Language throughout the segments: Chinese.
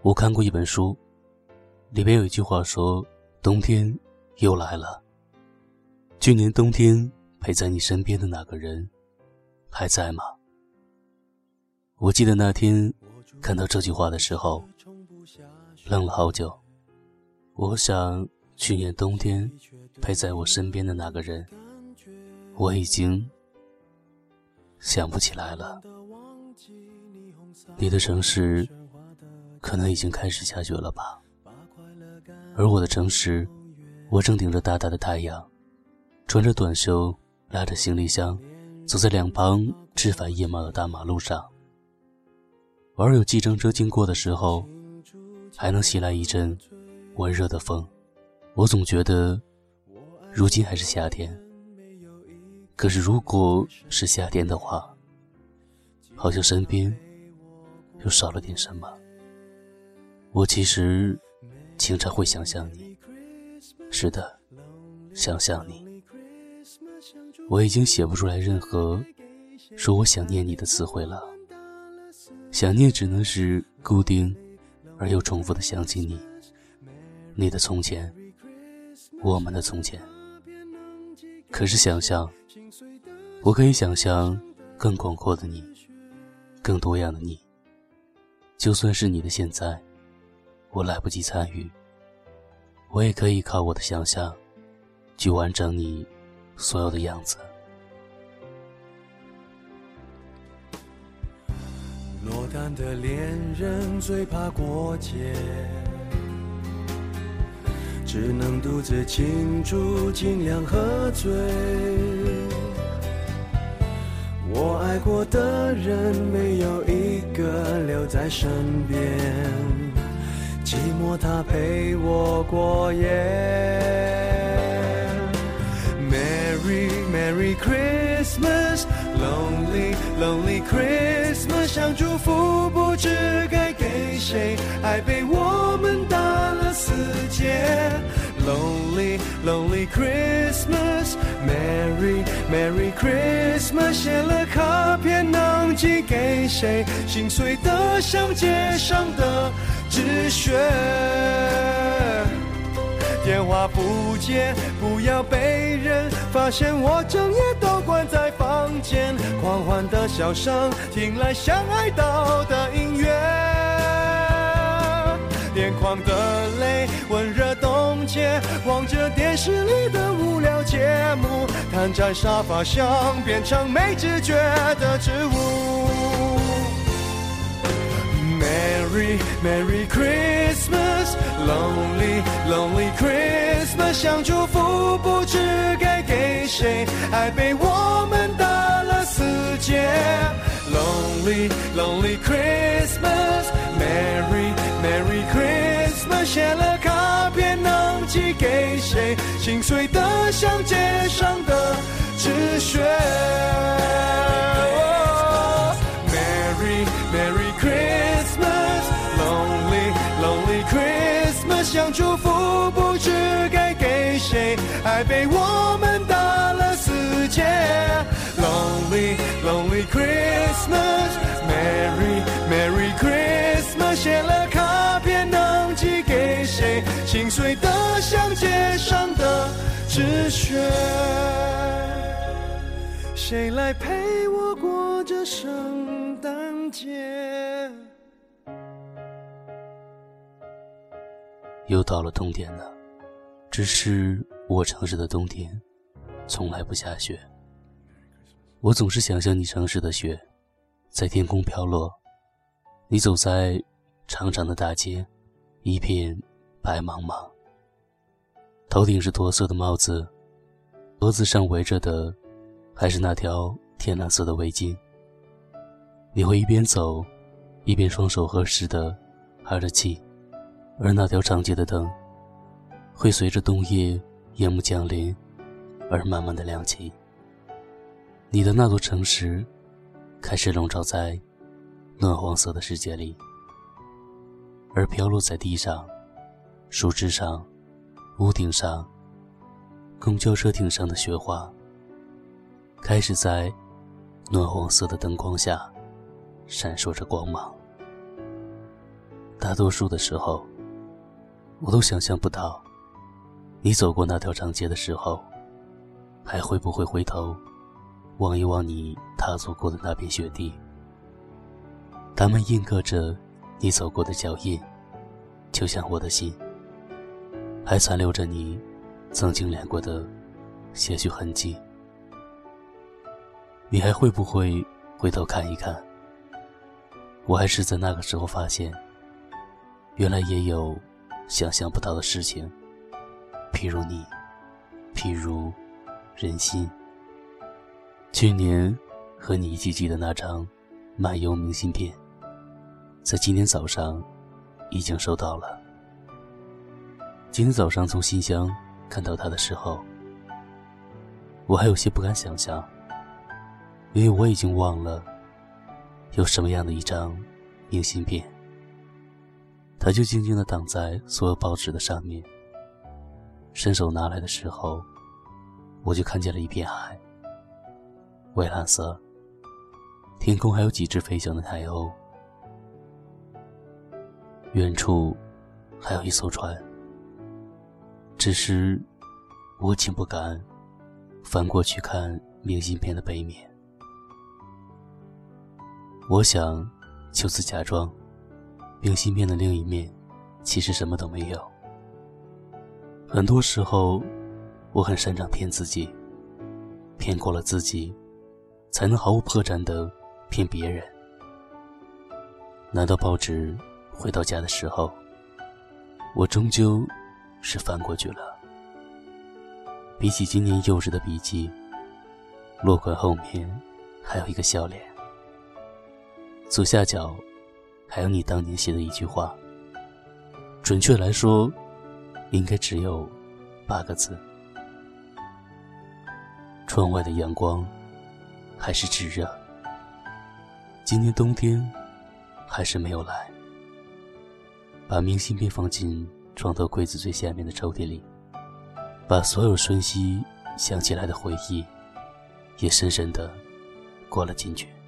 我看过一本书，里边有一句话说，冬天又来了。去年冬天陪在你身边的那个人还在吗？我记得那天看到这句话的时候愣了好久。我想去年冬天陪在我身边的那个人，我已经想不起来了。你的城市可能已经开始下雪了吧，而我的城市，我正顶着大大的太阳，穿着短袖，拉着行李箱，走在两旁枝繁叶茂的大马路上。偶尔有计程车经过的时候，还能袭来一阵温热的风。我总觉得如今还是夏天，可是如果是夏天的话，好像身边又少了点什么。我其实经常会想象你，是的，想象你。我已经写不出来任何说我想念你的词汇了，想念只能是固定而又重复地想起你，你的从前，我们的从前。可是想象，我可以想象更广阔的你，更多样的你。就算是你的现在，我来不及参与，我也可以靠我的想象去完整你所有的样子。 落单的恋人最怕过节，只能独自庆祝，尽量喝醉。我爱过的人没有一个留在身边，寂寞他陪我过夜。 Merry Merry Christmas Lonely Lonely Christmas 想祝福不知该给谁，爱被我们打了死结。 Lonely Lonely Christmas Merry Merry Christmas 写了卡片能寄给谁，心碎得像街上的纸屑。电话不接，不要被人发现我整夜都关在房间，狂欢的笑声听来像哀悼的音乐，眼眶的泪温热冻结，望着电视里的无聊节目，瘫在沙发上变成没知觉的植物。Merry Merry Christmas Lonely Lonely Christmas 想祝福不知该给谁，爱被我们打了死结。 Lonely Lonely Christmas Merry Merry Christmas 写了卡片能寄给谁，心碎得像街上的纸屑。 Merry Merry Christmas Lonely Lonely Christmas 想祝福不知该给谁，爱被我们打了死结。 Lonely Lonely Christmas Merry Merry Christmas 写了卡片能寄给谁，心碎得像街上的纸屑。谁来陪我过这圣诞节？ 又到了冬天了，只是我城市的冬天从来不下雪。我总是想象你城市的雪在天空飘落，你走在长长的大街，一片白茫茫，头顶是驼色的帽子，脖子上围着的还是那条天蓝色的围巾。你会一边走一边双手合十地哈着气，而那条长街的灯会随着冬夜夜幕降临而慢慢地亮起。你的那座城市开始笼罩在暖黄色的世界里，而飘落在地上、树枝上、屋顶上、公交车顶上的雪花开始在暖黄色的灯光下闪烁着光芒。 大多数的时候，我都想象不到，你走过那条长街的时候，还会不会回头望一望你踏足过的那片雪地。它们印刻着你走过的脚印，就像我的心，还残留着你曾经恋过的些许痕迹。你还会不会回头看一看，我还是在那个时候发现，原来也有想象不到的事情，譬如你，譬如人心。去年和你一起寄的那张漫游明信片，在今天早上已经收到了。今天早上从信箱看到它的时候，我还有些不敢想象，因为我已经忘了有什么样的一张明信片，它就静静地挡在所有报纸的上面。伸手拿来的时候，我就看见了一片海，蔚蓝色，天空还有几只飞翔的海鸥，远处还有一艘船，只是我竟不敢翻过去看明信片的背面。我想就此假装明信片的另一面其实什么都没有。很多时候我很擅长骗自己，骗过了自己，才能毫无破绽地骗别人。拿到报纸回到家的时候，我终究是翻过去了。比起今年幼稚的笔记，落款后面还有一个笑脸，左下角还有你当年写的一句话，准确来说应该只有8个字。窗外的阳光还是炙热，今年冬天还是没有来。把明信片放进床头柜子最下面的抽屉里，把所有瞬息想起来的回忆也深深地过了进去。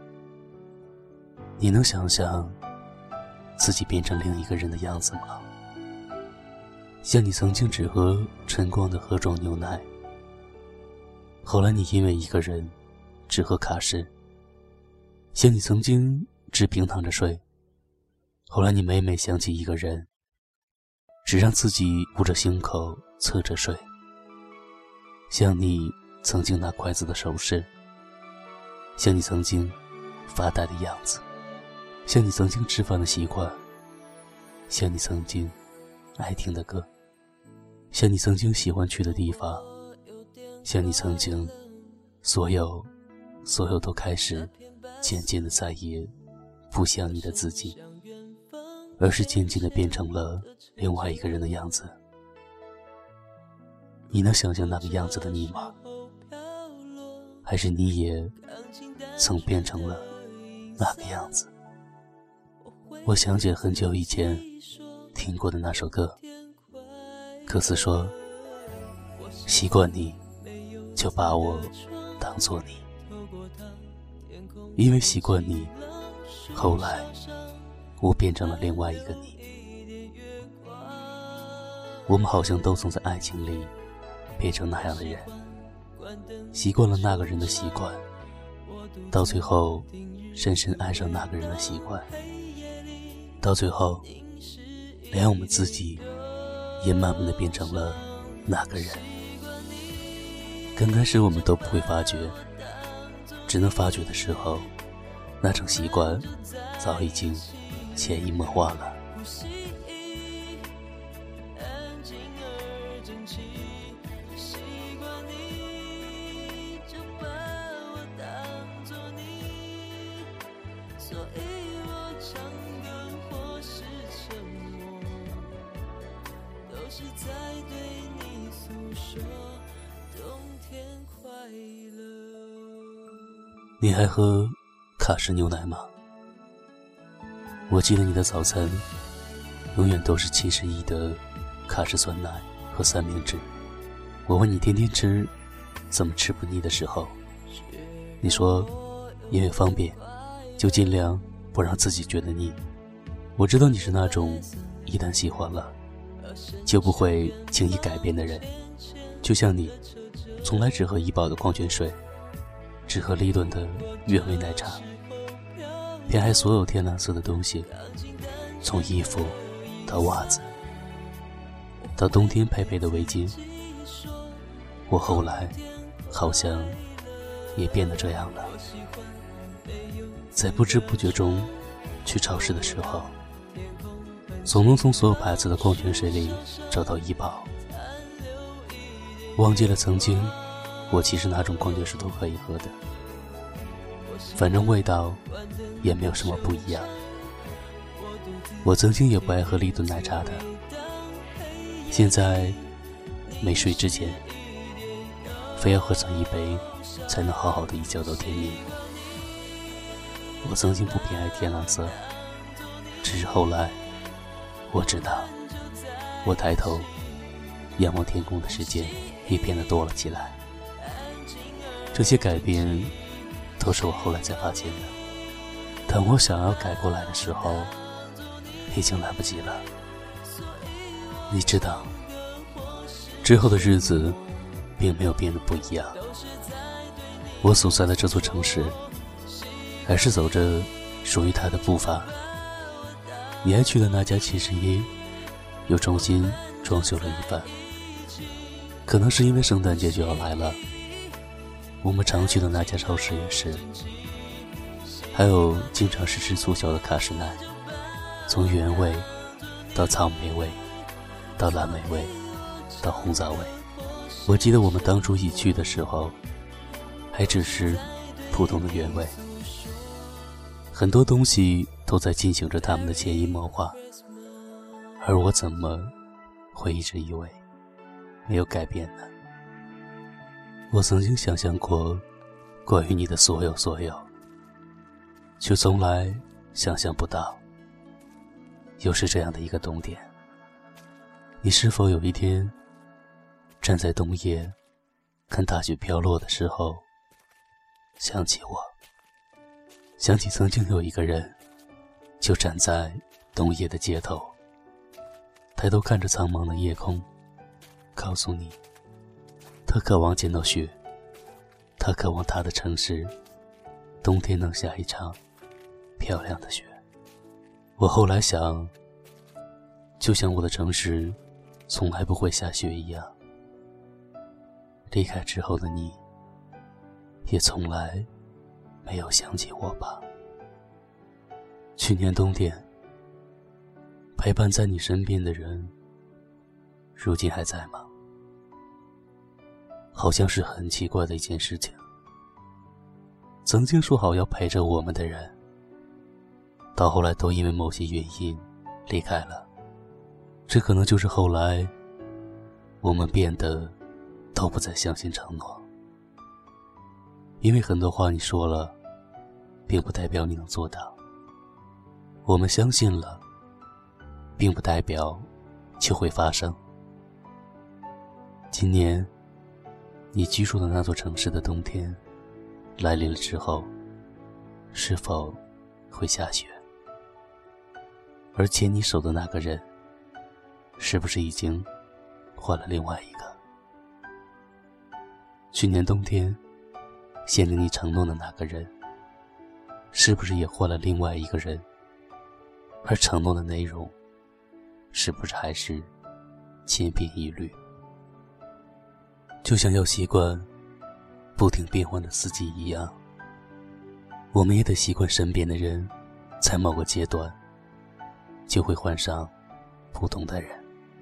你能想象自己变成另一个人的样子吗？像你曾经只喝晨光的盒装牛奶，后来你因为一个人只喝卡士。像你曾经只平躺着睡，后来你每每想起一个人，只让自己捂着胸口侧着睡。像你曾经拿筷子的手势，像你曾经发呆的样子，像你曾经吃饭的习惯，像你曾经爱听的歌，像你曾经喜欢去的地方，像你曾经所有都开始渐渐的再也不像你的自己，而是渐渐的变成了另外一个人的样子。你能想象那个样子的你吗？还是你也曾变成了那个样子？我想起了很久以前听过的那首歌，歌词说，习惯你就把我当作你，因为习惯你，后来我变成了另外一个你。我们好像都曾在爱情里变成那样的人，习惯了那个人的习惯，到最后深深爱上那个人的习惯，到最后连我们自己也慢慢的变成了那个人。刚开始我们都不会发觉，只能发觉的时候，那种习惯早已经潜移默化了。你还喝卡士牛奶吗？我记得你的早餐永远都是71的卡士酸奶和三明治。我问你天天吃怎么吃不腻的时候，你说因为方便，就尽量不让自己觉得腻。 我知道你是那种一旦喜欢了就不会轻易改变的人，就像你从来只喝怡宝的矿泉水，只喝立顿的原味奶茶，偏爱所有天蓝色的东西，从衣服到袜子到冬天配备的围巾。我后来好像也变得这样了，在不知不觉中去超市的时候，总能从所有牌子的矿泉水里找到怡宝。忘记了曾经我其实哪种矿泉水都可以喝的，反正味道也没有什么不一样。我曾经也不爱喝立顿奶茶的，现在没睡之前非要喝上一杯才能好好的一觉到天明。我曾经不偏爱天蓝色，只是后来我知道，我抬头仰望天空的时间也变得多了起来。这些改变都是我后来才发现的，当我想要改过来的时候，已经来不及了。你知道，之后的日子并没有变得不一样。我所在的这座城市还是走着属于它的步伐。你还去的那家71又重新装修了一番，可能是因为圣诞节就要来了。我们常去的那家超市也是，还有经常是吃促销的卡士奶，从原味到草莓味到蓝莓味到红枣味。我记得我们当初一起去的时候还只是普通的原味，很多东西都在进行着他们的潜移默化，而我怎么会一直以为没有改变呢？我曾经想象过关于你的所有，却从来想象不到又是这样的一个冬天。你是否有一天站在冬夜看大雪飘落的时候，想起我，想起曾经有一个人就站在冬夜的街头，抬头看着苍茫的夜空，告诉你他渴望见到雪，他渴望他的城市冬天能下一场漂亮的雪。我后来想，就像我的城市从来不会下雪一样，离开之后的你也从来没有想起我吧。去年冬天陪伴在你身边的人如今还在吗？好像是很奇怪的一件事情，曾经说好要陪着我们的人，到后来都因为某些原因离开了。这可能就是后来我们变得都不再相信承诺，因为很多话你说了并不代表你能做到，我们相信了并不代表就会发生。今年你居住的那座城市的冬天来临了之后，是否会下雪？而牵你手的那个人是不是已经换了另外一个？去年冬天先令你承诺的那个人是不是也换了另外一个人？而承诺的内容是不是还是千篇一律？就像要习惯不停变换的四季一样，我们也得习惯身边的人在某个阶段就会换上不同的人。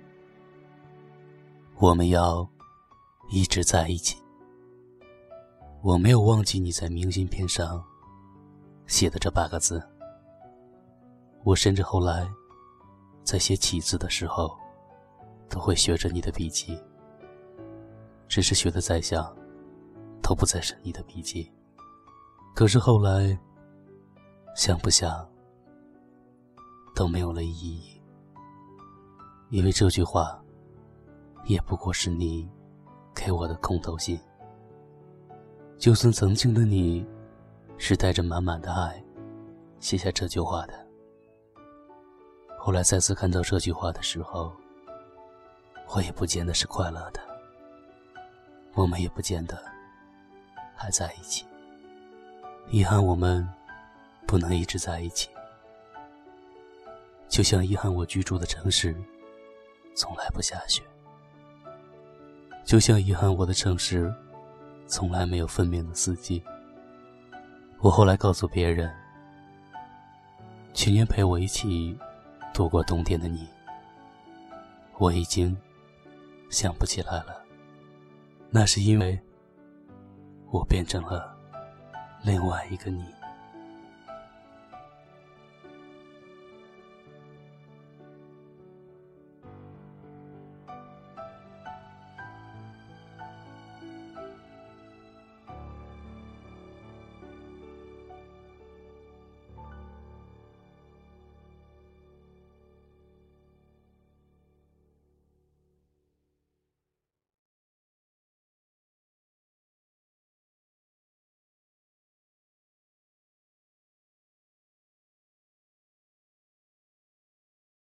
我们要一直在一起。我没有忘记你在明信片上写的这8个字，我甚至后来在写起字的时候都会学着你的笔记，只是学得再像都不再是你的笔记。可是后来想不想都没有了意义，因为这句话也不过是你给我的空头信。就算曾经的你是带着满满的爱写下这句话的， 后来再次看到这句话的时候，我也不见得是快乐的，我们也不见得还在一起。遗憾我们不能一直在一起，就像遗憾我居住的城市从来不下雪，就像遗憾我的城市从来没有分明的四季。我后来告诉别人，去年陪我一起度过冬天的你，我已经想不起来了，那是因为我变成了另外一个你。